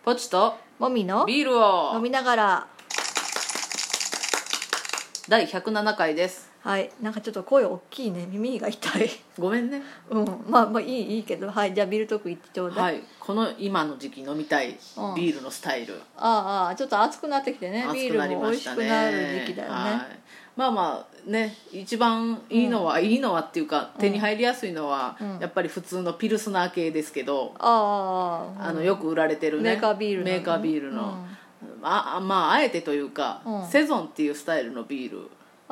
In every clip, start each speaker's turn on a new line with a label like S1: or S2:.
S1: ポチと
S2: もみの
S1: ビールを
S2: 飲みながら。
S1: 第107回です。
S2: はい、なんかちょっと声大きいね、耳が痛い。
S1: ごめんね。
S2: まあいいけど、はい、じゃあビールトーク行ってちょうだい。
S1: はい、この今の時期飲みたいビールのスタイル、
S2: ちょっと暑くなってきてね、ビールも美味しくなる時期だよね。
S1: はい、まあね、一番いいのは、いいのはっていうか手に入りやすいのは、やっぱり普通のピルスナー系ですけど、よく売られてるね
S2: メーカービール
S1: の、あえてというか、セゾンっていうスタイルのビール、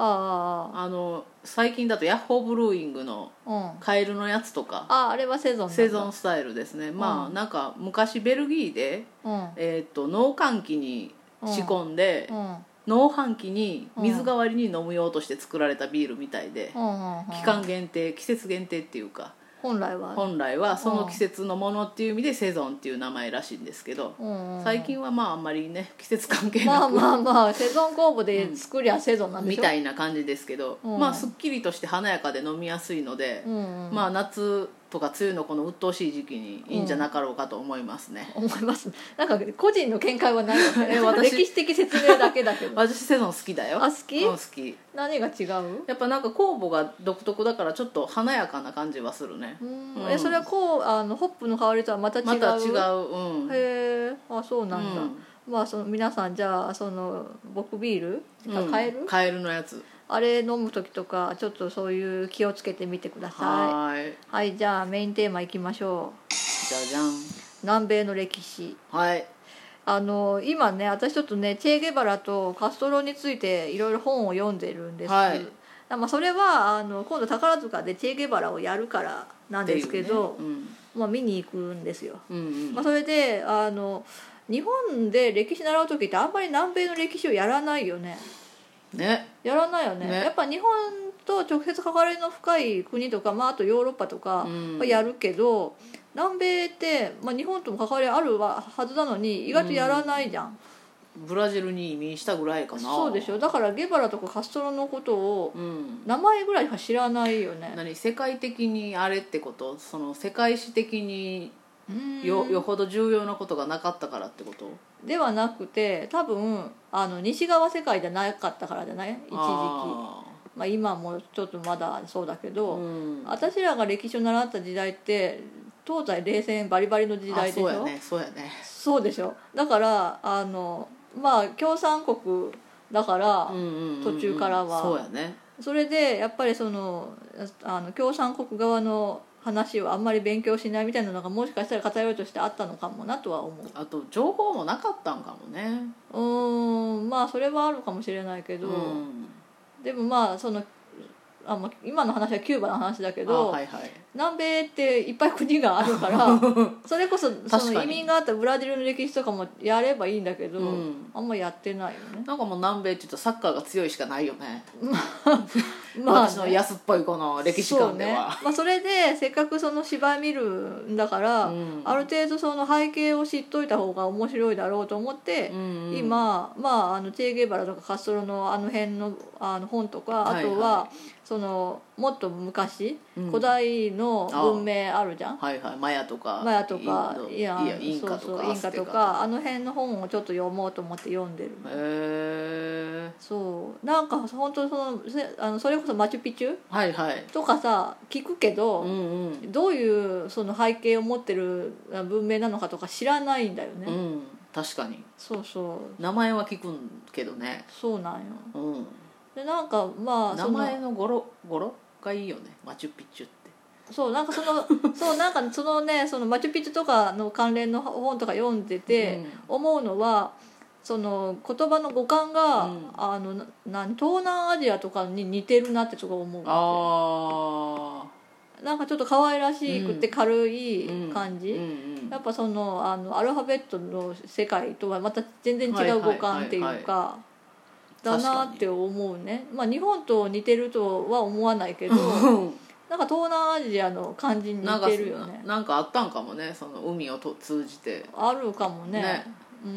S1: 最近だとヤッホーブルーイングのカエルのやつとか、
S2: あれはセゾン
S1: スタイルですね。なんか昔ベルギーで、農閑期に仕込んで、農繁期に水代わりに飲む用として作られたビールみたいで、期間限定、季節限定っていうか、本来はその季節のものっていう意味でセゾンっていう名前らしいんですけど、最近はあんまりね季節関係なく
S2: セゾン酵母で作りゃセゾンなんでしょ、
S1: みたいな感じですけど、すっきりとして華やかで飲みやすいので、夏とか梅雨のこの鬱陶しい時期にいいんじゃなかろうかと思いますね。
S2: 思います。なんか個人の見解はないので歴史的説明だけだけど
S1: 私セゾン好きだよ。
S2: 好き？
S1: 好き。
S2: 何が違う？
S1: やっぱなんか酵母が独特だからちょっと華やかな感じはするね。
S2: それはホップの香りとはまた違う？
S1: また違う。
S2: へえ、そうなんだ。その皆さん、じゃあその僕ビールカエル
S1: のやつ、
S2: あれ飲む時とかちょっとそういう気をつけてみてください。はい、じゃあメインテーマいきましょう。
S1: じゃじゃん。
S2: 南米の歴史。
S1: はい。
S2: 今ね、私ちょっとねチェ・ゲバラとカストロについていろいろ本を読んでるんです。それは今度宝塚でチェ・ゲバラをやるからなんですけど、見に行くんですよ。それで日本で歴史習う時ってあんまり南米の歴史をやらないよね。やらないよね。やっぱ日本と直接関わりの深い国とか、あとヨーロッパとかはやるけど、南米って、日本とも関わりあるはずなのに意外とやらないじゃん。
S1: ブラジルに移民したぐらいかな。
S2: そうでしょ。だからゲバラとかカストロのことを、名前ぐらいしか知らないよね。
S1: 世界的にあれってこと？その世界史的によほど重要なことがなかったからってこと？
S2: ではなくて、多分西側世界じゃなかったからじゃない？一時期。今もちょっとまだそうだけど、私らが歴史を習った時代って東西冷戦バリバリの時代でしょ。
S1: そうやね。
S2: そうでしょ。だから共産国だから、途中からは
S1: そうやね。
S2: それでやっぱりその共産国側の話をあんまり勉強しないみたいなのがもしかしたら偏りとしてあったのかもなとは思う。
S1: あと情報もなかったんかもね。
S2: それはあるかもしれないけど、でもその今の話はキューバの話だけど、南米っていっぱい国があるからそれこそその移民があったブラジルの歴史とかもやればいいんだけど、あんまやってないよね。
S1: なんかもう南米って言うとサッカーが強いしかないよね私の安っぽいこの歴史観では。
S2: それでせっかくその芝居見るんだから、ある程度その背景を知っといた方が面白いだろうと思って、今チェ・ゲバラとかカストロの辺の本とか、あとはそのもっと昔、古代の文明あるじゃん。
S1: マヤとか
S2: インカとかあの辺の本をちょっと読もうと思って読んでる。そうなんか本当それこそマチュピチュとかさ聞くけど、どういうその背景を持ってる文明なのかとか知らないんだよね。
S1: 確かに。
S2: そう
S1: 名前は聞くねね。
S2: そうなんよ。でなんか
S1: 名前の語呂がいいよね、マチュピチュって。
S2: なんかそのね、そのマチュピチュとかの関連の本とか読んでて思うのは、その言葉の語感が、東南アジアとかに似てるなってすごい思う。なんかちょっと可愛らしくて軽い感じ。やっぱそのアルファベットの世界とはまた全然違う語感っていうか。だなって思うね。日本と似てるとは思わないけどなんか東南アジアの感じに似てるよね。
S1: なんかあったんかもね、その海を通じて。
S2: あるかもね。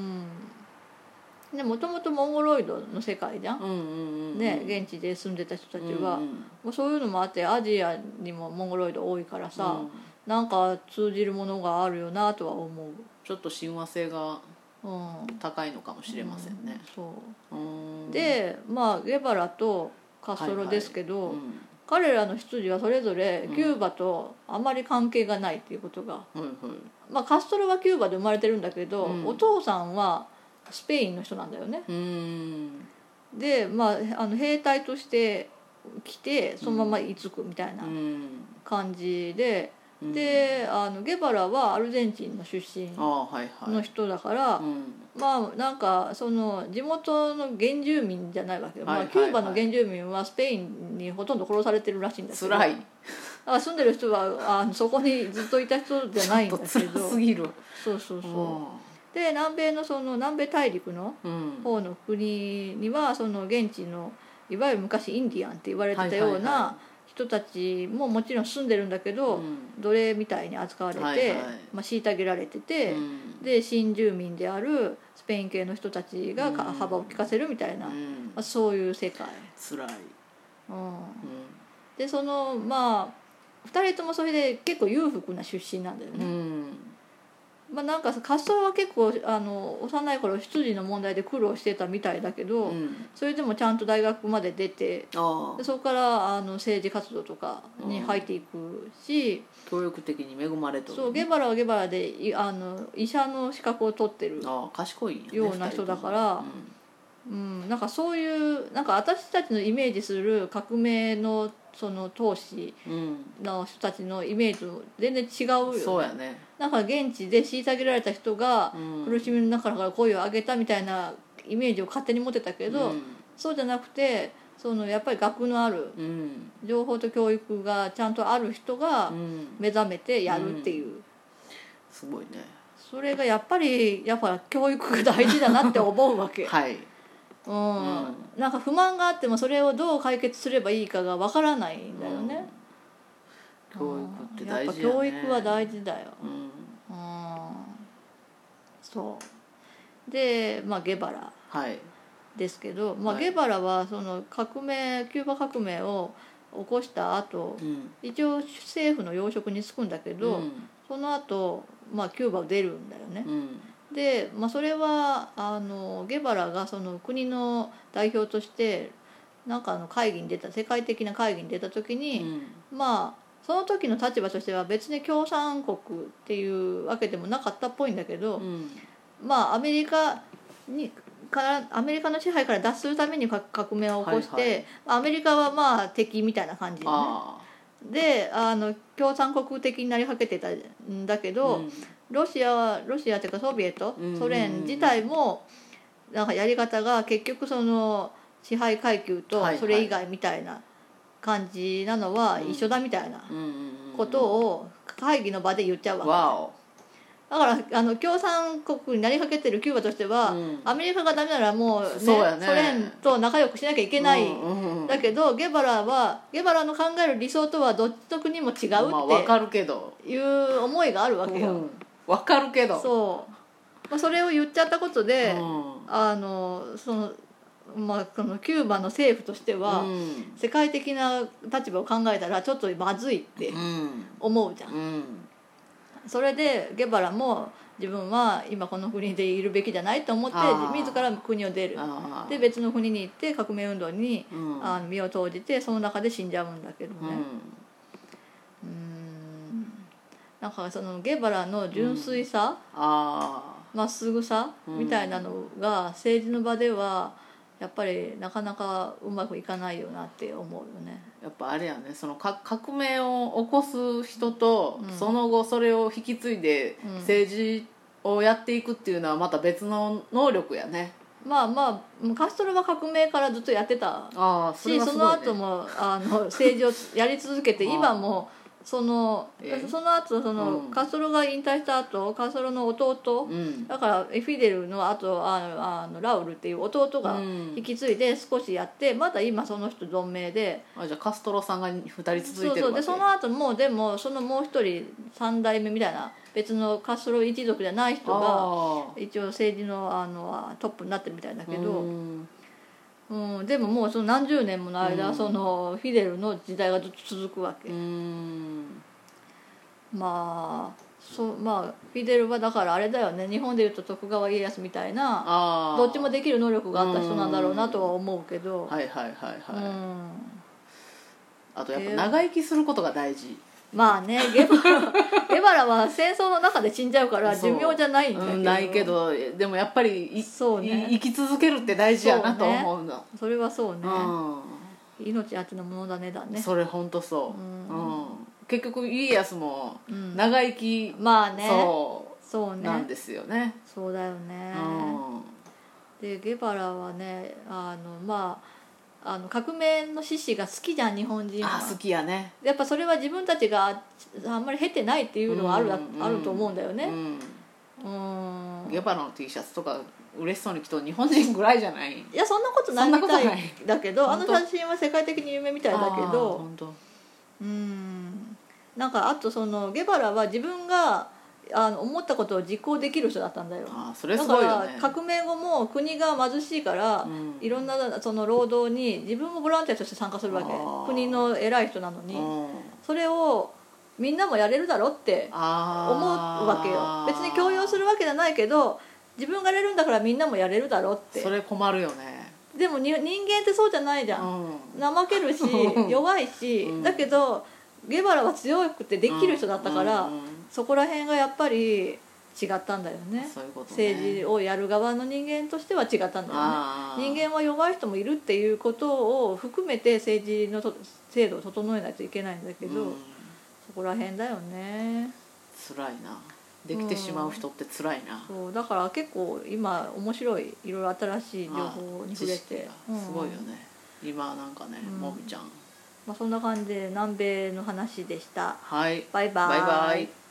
S2: でもともとモンゴロイドの世界じゃん、現地で住んでた人たちは、もうそういうのもあって、アジアにもモンゴロイド多いからさ、なんか通じるものがあるよなとは思う。
S1: ちょっと親和性が高いのかもしれませんね、
S2: そうでゲバラとカストロですけど、彼らの出自はそれぞれキューバとあまり関係がないっていうことが、カストロはキューバで生まれてるんだけど、お父さんはスペインの人なんだよね。で兵隊として来てそのまま居つくみたいな感じで、でゲバラはアルゼンチンの出身の人だから、なんかその地元の原住民じゃないわけよ、キューバの原住民はスペインにほとんど殺されてるらしいんだけど、だから住んでる人はそこにずっといた人じゃないんだけど、
S1: 辛すぎる。
S2: そうで南米の南米大陸の方の国にはその現地のいわゆる昔インディアンって言われてたような人たちももちろん住んでるんだけど、奴隷みたいに扱われて、虐げられてて、で新住民であるスペイン系の人たちが幅を利かせるみたいな、そういう世界。
S1: つらい。
S2: でその2人ともそれで結構裕福な出身なんだよね。なんかカストロは結構幼い頃出自の問題で苦労してたみたいだけど、それでもちゃんと大学まで出て、でそこから政治活動とかに入っていくし、
S1: 教育的に恵まれとる、
S2: そうゲバラはゲバラで医者の資格を取ってる
S1: 賢い
S2: ような人だから、なんかそういうなんか私たちのイメージする革命のその闘士の人たちのイメージと全然違うよね。
S1: そうやね。
S2: なんか現地で虐げられた人が苦しみの中から声を上げたみたいなイメージを勝手に持ってたけど、そうじゃなくてやっぱり学のある、情報と教育がちゃんとある人が目覚めてやるっていう、
S1: すごいね。
S2: それがやっぱ教育が大事だなって思うわけ。なんか不満があってもそれをどう解決すればいいかがわからないんだよね。
S1: 教育って大事やね。
S2: やっぱ教育は大事だよ。そうでゲバラですけど、ゲバラはそのキューバ革命を起こした後、一応政府の要職に就くんだけど、その後キューバを出るんだよね。でそれはゲバラがその国の代表としてなんか会議に出た世界的な会議に出た時に、その時の立場としては別に共産国っていうわけでもなかったっぽいんだけど、アメリカの支配から脱するために革命を起こして、アメリカは敵みたいな感じで、共産国的になりかけてたんだけど、ロシアっていうかソビエト、ソ連自体もなんかやり方が結局その支配階級とそれ以外みたいな感じなのは一緒だみたいなことを会議の場で言っちゃうわけ。だから共産国になりかけてるキューバとしては、アメリカがダメならもう、ソ連と仲良くしなきゃいけない、だけどゲバラの考える理想とはどっちの国も違うっていう思いがあるわけよ。
S1: わかるけど、
S2: それを言っちゃったことで、このキューバの政府としては、世界的な立場を考えたらちょっとまずいって思うじゃん。それでゲバラも自分は今この国でいるべきじゃないと思って自ら国を出る。で別の国に行って革命運動に身を投じて、その中で死んじゃうんだけどね。なんかそのゲバラの純粋さ、まっすぐさみたいなのが政治の場ではやっぱりなかなかうまくいかないよなって思うよね。
S1: やっぱあれやね、その革命を起こす人と、その後それを引き継いで政治をやっていくっていうのはまた別の能力やね。
S2: カストロは革命からずっとやってたし、その後も政治をやり続けて今もその後カストロが引退した後、カストロの弟、だからフィデルの後ラウルっていう弟が引き継いで少しやって、まだ今その人存命で、
S1: じゃあカストロさんが2人続いてるわけ。
S2: でその後もでもそのもう一人3代目みたいな別のカストロ一族じゃない人が一応政治のトップになってるみたいだけど、でももうその何十年もの間、そのフィデルの時代がずっと続くわけ。 まあフィデルはだからあれだよね、日本でいうと徳川家康みたいなどっちもできる能力があった人なんだろうなとは思うけど、
S1: はいはいはいはい、あとやっぱ長生きすることが大事。
S2: まあね、ゲバラは戦争の中で死んじゃうから寿命じゃないんだけど、
S1: ないけどでもやっぱり
S2: そう、ね、
S1: 生き続けるって大事やなと思うの。
S2: それはそうね、命あってのものだねだね。
S1: それ本当そう、結局家康も長生き、
S2: まあね、
S1: そうねなんですよね。
S2: そうだよね、でゲバラはねまあ革命の志士が好きじゃん日本人は。
S1: 好きやね。
S2: やっぱそれは自分たちがあんまり経てないっていうのはあると思うんだよね。
S1: ゲバラの T シャツとか嬉しそうに着と日本人ぐらいじゃない？い
S2: やそんなことないみたいだけど、あの写真は世界的に有名みたいだけど、なんかあとそのゲバラは自分が思ったことを実行できる人だったんだよ。
S1: それすごいよね。
S2: だから革命後も国が貧しいから、いろんなその労働に自分もボランティアとして参加するわけ。国の偉い人なのに、それをみんなもやれるだろって思うわけよ。別に強要するわけじゃないけど、自分がやれるんだからみんなもやれるだろって。
S1: それ困るよね。
S2: でも人間ってそうじゃないじゃん、怠けるし弱いし、だけどゲバラは強くてできる人だったから、そこら辺がやっぱり違ったんだよね。
S1: そういうことね。
S2: 政治をやる側の人間としては違ったんだよね。人間は弱い人もいるっていうことを含めて政治の制度を整えないといけないんだけど、そこら辺だよね。
S1: 辛いな。できてしまう人って辛いな。
S2: そうだから結構今面白い、いろいろ新しい情報に触れて、す
S1: ごいよね。今なんかね、もみちゃん。
S2: そんな感じで南米の話でした。
S1: はい。
S2: バイバイ。
S1: バイバイ。